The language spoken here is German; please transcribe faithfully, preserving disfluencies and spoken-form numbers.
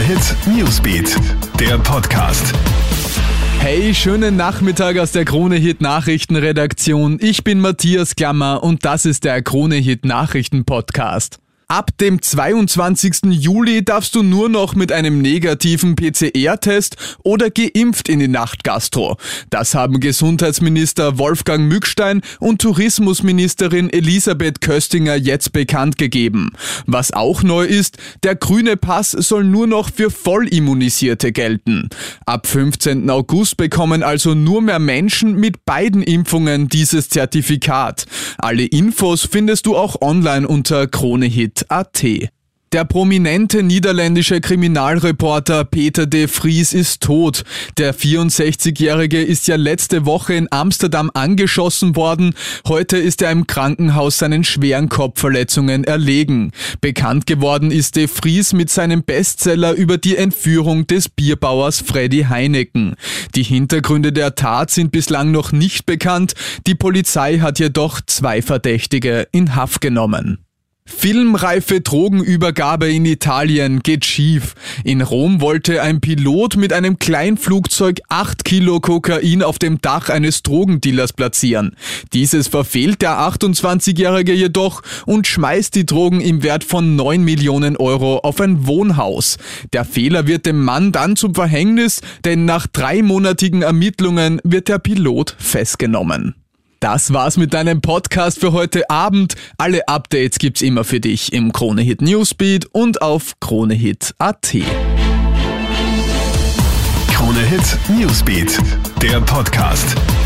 Hit Newsbeat, der Podcast. Hey, schönen Nachmittag aus der Krone Hit Nachrichtenredaktion. Ich bin Matthias Klammer und das ist der Krone Hit Nachrichten Podcast. Ab dem zweiundzwanzigsten Juli darfst du nur noch mit einem negativen P C R-Test oder geimpft in die Nachtgastro. Das haben Gesundheitsminister Wolfgang Mückstein und Tourismusministerin Elisabeth Köstinger jetzt bekannt gegeben. Was auch neu ist, der grüne Pass soll nur noch für Vollimmunisierte gelten. Ab fünfzehnten August bekommen also nur mehr Menschen mit beiden Impfungen dieses Zertifikat. Alle Infos findest du auch online unter kronehit punkt a t. Der prominente niederländische Kriminalreporter Peter de Vries ist tot. Der vierundsechzigjährige ist ja letzte Woche in Amsterdam angeschossen worden. Heute ist er im Krankenhaus seinen schweren Kopfverletzungen erlegen. Bekannt geworden ist de Vries mit seinem Bestseller über die Entführung des Bierbauers Freddy Heineken. Die Hintergründe der Tat sind bislang noch nicht bekannt. Die Polizei hat jedoch zwei Verdächtige in Haft genommen. Filmreife Drogenübergabe in Italien geht schief. In Rom wollte ein Pilot mit einem Kleinflugzeug acht Kilo Kokain auf dem Dach eines Drogendealers platzieren. Dieses verfehlt der achtundzwanzigjährige jedoch und schmeißt die Drogen im Wert von neun Millionen Euro auf ein Wohnhaus. Der Fehler wird dem Mann dann zum Verhängnis, denn nach dreimonatigen Ermittlungen wird der Pilot festgenommen. Das war's mit deinem Podcast für heute Abend. Alle Updates gibt's immer für dich im Krone Hit Newsbeat und auf kronehit punkt a t. Krone Hit Newsbeat, der Podcast.